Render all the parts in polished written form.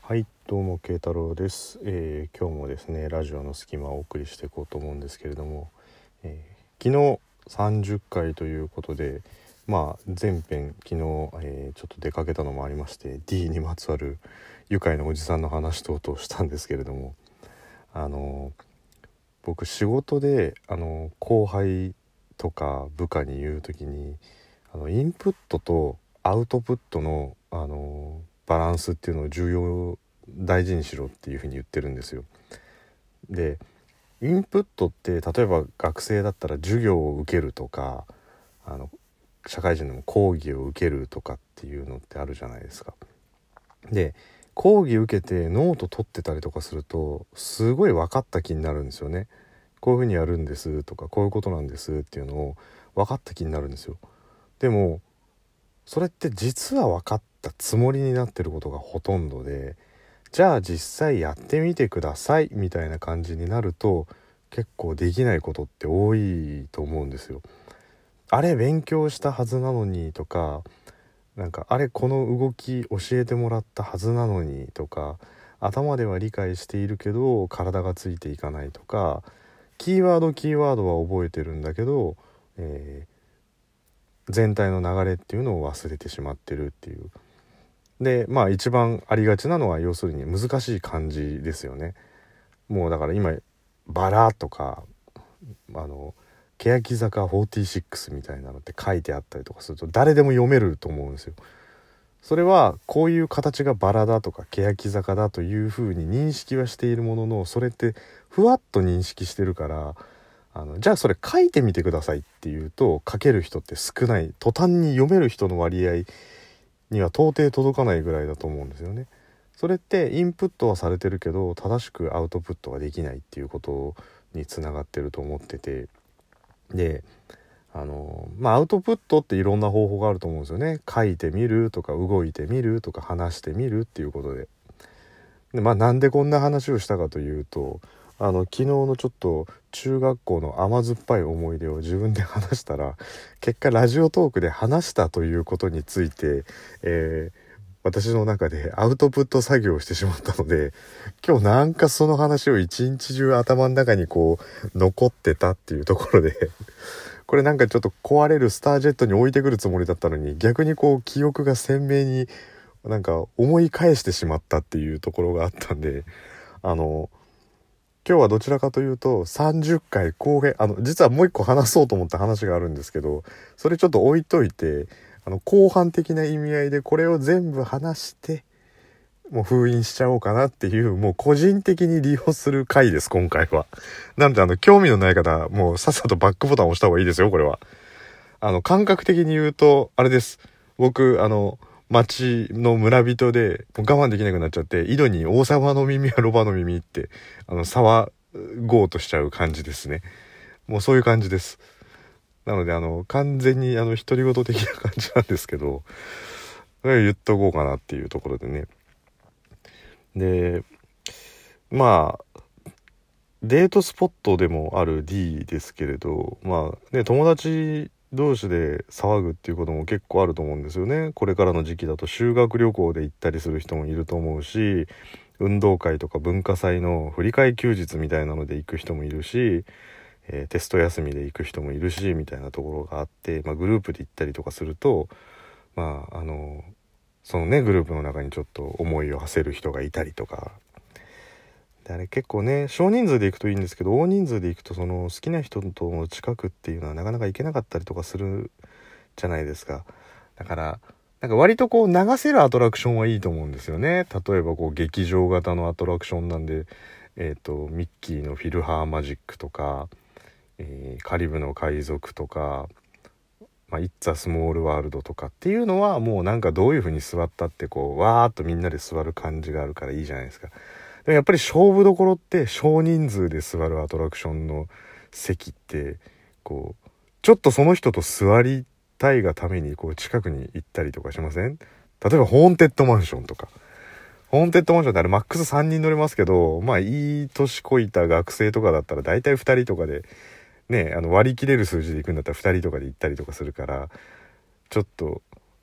はい、どうも慶太郎です。今日もですねラジオの隙間をお送りしていこうと思うんですけれども、昨日30回ということで、前編昨日、ちょっと出かけたのもありまして D にまつわる愉快なおじさんの話等々したんですけれども、僕仕事で後輩とか部下に言うときにインプットとアウトプットのバランスっていうのを大事にしろっていうふうに言ってるんですよ。でインプットって例えば学生だったら授業を受けるとか社会人でも講義を受けるとかっていうのってあるじゃないですか。で講義受けてノート取ってたりとかするとすごい分かった気になるんですよね。こういうふうにやるんですとかこういうことなんですっていうのを分かった気になるんですよ。でもそれって実は分かったつもりになってることがほとんどで、じゃあ実際やってみてくださいみたいな感じになると結構できないことって多いと思うんですよ。あれ勉強したはずなのにとか、あれこの動き教えてもらったはずなのにとか、頭では理解しているけど体がついていかないとか、キーワードは覚えてるんだけど、全体の流れっていうのを忘れてしまってるっていう。で一番ありがちなのは要するに難しい漢字ですよね。もうだから今バラとか欅坂46みたいなのって書いてあったりとかすると誰でも読めると思うんですよ。それはこういう形がバラだとか欅坂だというふうに認識はしているものの、それってふわっと認識してるから、じゃあそれ書いてみてくださいっていうと書ける人って少ない、途端に読める人の割合には到底届かないぐらいだと思うんですよね。それってインプットはされてるけど正しくアウトプットができないっていうことにつながってると思ってて、でアウトプットっていろんな方法があると思うんですよね。書いてみるとか動いてみるとか話してみるっていうことで、なんでこんな話をしたかというと、昨日のちょっと中学校の甘酸っぱい思い出を自分で話したら、結果ラジオトークで話したということについて、私の中でアウトプット作業をしてしまったので、今日なんかその話を一日中頭の中に残ってたっていうところでこれちょっと壊れるスタージェットに置いてくるつもりだったのに、逆に記憶が鮮明に思い返してしまったっていうところがあったんで、今日はどちらかというと30回後編、実はもう一個話そうと思った話があるんですけど、それちょっと置いといて、後半的な意味合いでこれを全部話してもう封印しちゃおうかなっていう、もう個人的に利用する回です今回は。なので興味のない方もうさっさとバックボタンを押した方がいいですよ。これは感覚的に言うとあれです。僕町の村人でもう我慢できなくなっちゃって、井戸に王様の耳はロバの耳って騒ごうとしちゃう感じですね。もうそういう感じです。なので完全に独り言的な感じなんですけど、言っとこうかなっていうところでね。でデートスポットでもある D ですけれど、友達同士で騒ぐっていうことも結構あると思うんですよね。これからの時期だと修学旅行で行ったりする人もいると思うし、運動会とか文化祭の振り替え休日みたいなので行く人もいるし、テスト休みで行く人もいるしみたいなところがあって、グループで行ったりとかすると、そのねグループの中にちょっと思いを馳せる人がいたりとかで、あれ結構ね少人数で行くといいんですけど、大人数で行くとその好きな人との近くっていうのはなかなか行けなかったりとかするじゃないですか。だから割と流せるアトラクションはいいと思うんですよね。例えば劇場型のアトラクションなんで、ミッキーのフィルハーマジックとか、カリブの海賊とか、イッツァスモールワールドとかっていうのはもうどういう風に座ったってわーっとみんなで座る感じがあるからいいじゃないですか。でもやっぱり勝負どころって少人数で座るアトラクションの席ってちょっとその人と座りたいがために近くに行ったりとかしません？例えばホーンテッドマンションとか。ホーンテッドマンションってあれマックス3人乗れますけど、いい年こいた学生とかだったら大体2人とかでね、割り切れる数字で行くんだったら2人とかで行ったりとかするから、ちょっと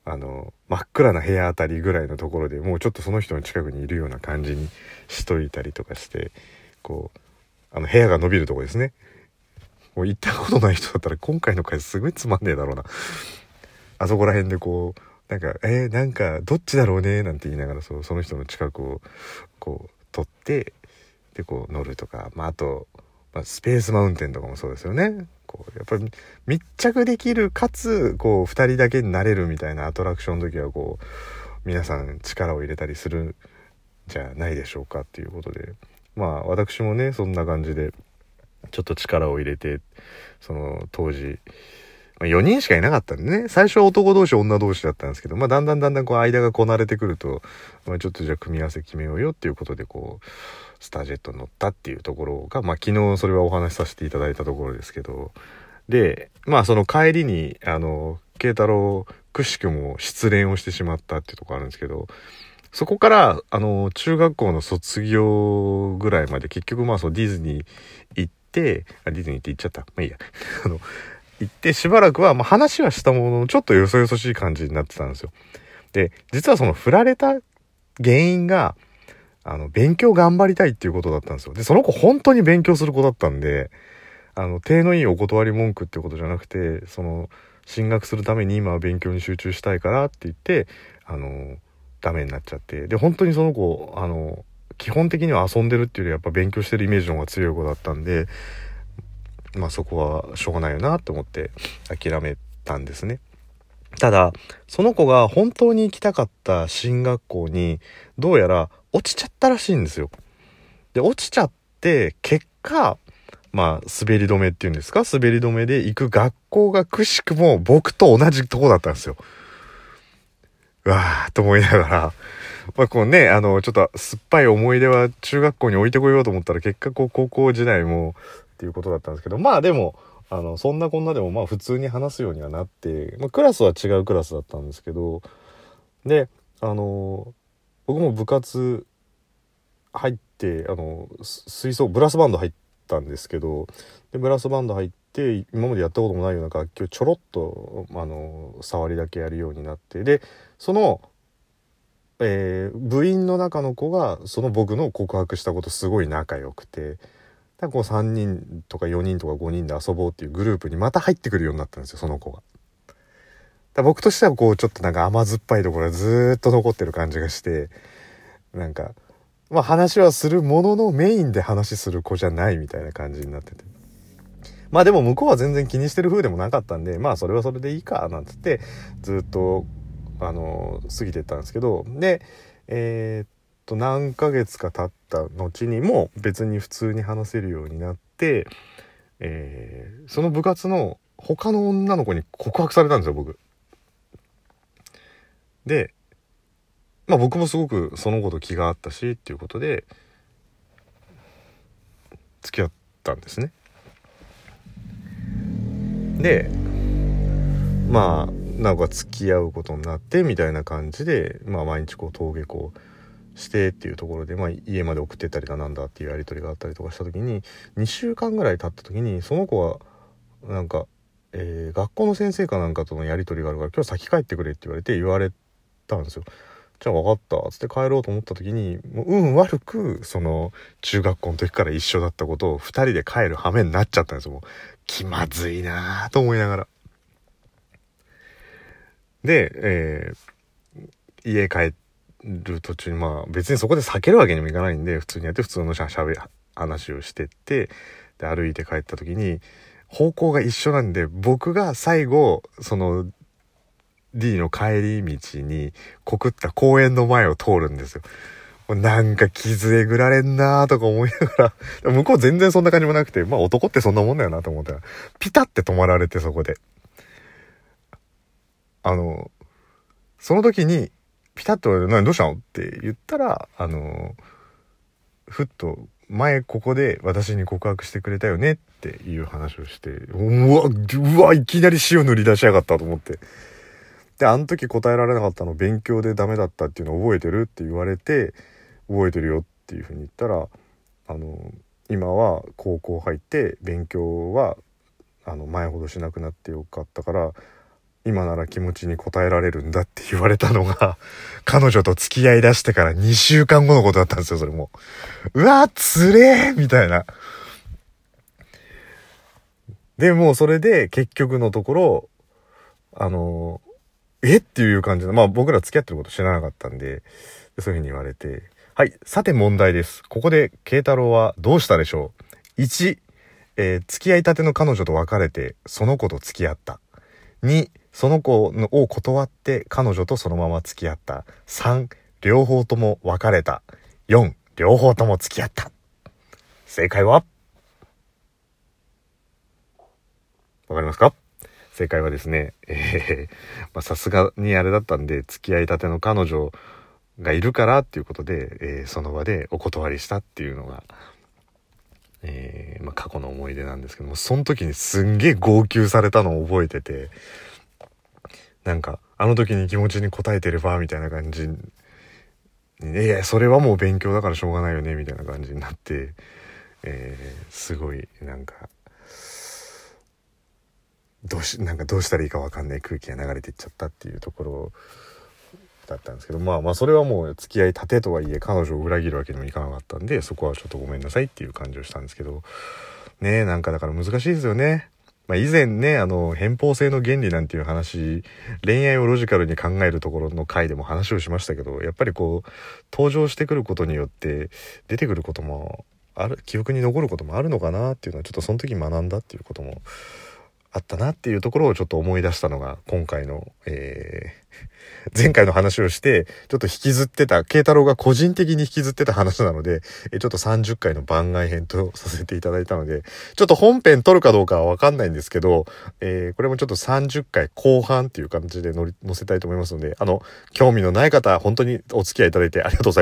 真っ暗な部屋あたりぐらいのところでもうちょっとその人の近くにいるような感じにしといたりとかして、こう部屋が伸びるとこですね。もう行ったことない人だったら今回の回すごいつまんねえだろうな。あそこら辺でこうなんかどっちだろうねなんて言いながらその人の近くをこう撮ってでこう乗るとか、あと、スペースマウンテンとかもそうですよね。こうやっぱり密着できるかつこう2人だけになれるみたいなアトラクションの時はこう皆さん力を入れたりするんじゃないでしょうかっていうことで、私もねそんな感じでちょっと力を入れて、その当時、4人しかいなかったんでね、最初は男同士女同士だったんですけど、だんだんこう間がこなれてくると、ちょっとじゃあ組み合わせ決めようよっていうことでこうスタージェットに乗ったっていうところが、昨日それはお話しさせていただいたところですけど、でその帰りに慶太郎くしくも失恋をしてしまったっていうところあるんですけど、そこから中学校の卒業ぐらいまで結局そうディズニー行ってディズニーって言っちゃったいいや行ってしばらくは話はしたもののちょっとよそよそしい感じになってたんですよ。で実はその振られた原因が勉強頑張りたいっていうことだったんですよ。でその子本当に勉強する子だったんで、体のいいお断り文句っていうことじゃなくて、その進学するために今は勉強に集中したいからって言ってダメになっちゃって、で本当にその子基本的には遊んでるっていうよりやっぱ勉強してるイメージの方が強い子だったんで、そこはしょうがないよなと思って諦めたんですね。ただその子が本当に行きたかった進学校にどうやら落ちちゃったらしいんですよ。で落ちちゃって結果滑り止めっていうんですか、滑り止めで行く学校がくしくも僕と同じとこだったんですよ。うわーと思いながら、こうねちょっと酸っぱい思い出は中学校に置いてこようと思ったら結果こう高校時代もっていうことだったんですけど、でもそんなこんなでも普通に話すようにはなって、クラスは違うクラスだったんですけど、で僕も部活入って吹奏ブラスバンド入ったんですけど、でブラスバンド入って今までやったこともないような楽器をちょろっと触りだけやるようになって、でその、部員の中の子がその僕の告白したことすごい仲良くて、こう3人とか4人とか5人で遊ぼうっていうグループにまた入ってくるようになったんですよ、その子が。僕としてはこうちょっと甘酸っぱいところがずーっと残ってる感じがして、話はするもののメインで話する子じゃないみたいな感じになってて、でも向こうは全然気にしてる風でもなかったんで、それはそれでいいかなんつってずっと過ぎてったんですけど、で何ヶ月か経った後にも別に普通に話せるようになって、その部活の他の女の子に告白されたんですよ、僕。で僕もすごくその子と気があったしっていうことで付き合ったんですね。でなんか付き合うことになってみたいな感じで、毎日こう登下校してっていうところで、家まで送ってったりだなんだっていうやり取りがあったりとかした時に、2週間ぐらい経った時にその子は学校の先生かなんかとのやり取りがあるから今日先帰ってくれって言われたんですよ。じゃあ分かったっつって帰ろうと思った時に、もう運悪くその中学校の時から一緒だったことを2人で帰る羽目になっちゃったんですよ。もう気まずいなと思いながら。で、家帰る途中に別にそこで避けるわけにもいかないんで普通にやって普通の話をしてって、で歩いて帰った時に方向が一緒なんで、僕が最後その D の帰り道に告った公園の前を通るんですよ。なんか傷えぐられんなーとか思いながら、向こう全然そんな感じもなくて、男ってそんなもんだよなと思ったらピタって止まられて、そこでその時にピタッとどうしたのって言ったら、ふっと前ここで私に告白してくれたよねっていう話をして、うわいきなり塩塗り出しやがったと思って、であの時答えられなかったの勉強でダメだったっていうのを覚えてるって言われて、覚えてるよっていうふうに言ったら、今は高校入って勉強は前ほどしなくなってよかったから今なら気持ちに応えられるんだって言われたのが彼女と付き合い出してから2週間後のことだったんですよ。それもうわつれーみたいな。でもうそれで結局のところっていう感じで、まあ僕ら付き合ってること知らなかったんで、そういうふうに言われて、はい、さて問題です。ここで慶太郎はどうしたでしょう。1、付き合いたての彼女と別れてその子と付き合った。2、その子を断って彼女とそのまま付き合った。3、両方とも別れた。4、両方とも付き合った。正解はわかりますか？正解はですね、さすがにあれだったんで、付き合いたての彼女がいるからっていうことで、その場でお断りしたっていうのが、過去の思い出なんですけども、その時にすんげえ号泣されたのを覚えてて、なんかあの時に気持ちに応えてればみたいな感じに、いやそれはもう勉強だからしょうがないよねみたいな感じになって、すごいなんかどうしたらいいか分かんない空気が流れていっちゃったっていうところだったんですけど、まあそれはもう付き合いたてとはいえ彼女を裏切るわけにもいかなかったんで、そこはちょっとごめんなさいっていう感じをしたんですけどね。なんかだから難しいですよね。以前ね偏方性の原理なんていう話、恋愛をロジカルに考えるところの回でも話をしましたけど、やっぱりこう登場してくることによって出てくることもある、記憶に残ることもあるのかなっていうのはちょっとその時学んだっていうこともあったなっていうところをちょっと思い出したのが今回の、前回の話をしてちょっと引きずってた、慶太郎が個人的に引きずってた話なので、ちょっと30回の番外編とさせていただいたので、ちょっと本編撮るかどうかはわかんないんですけど、これもちょっと30回後半っていう感じで載せたいと思いますので、興味のない方本当にお付き合いいただいてありがとうございます。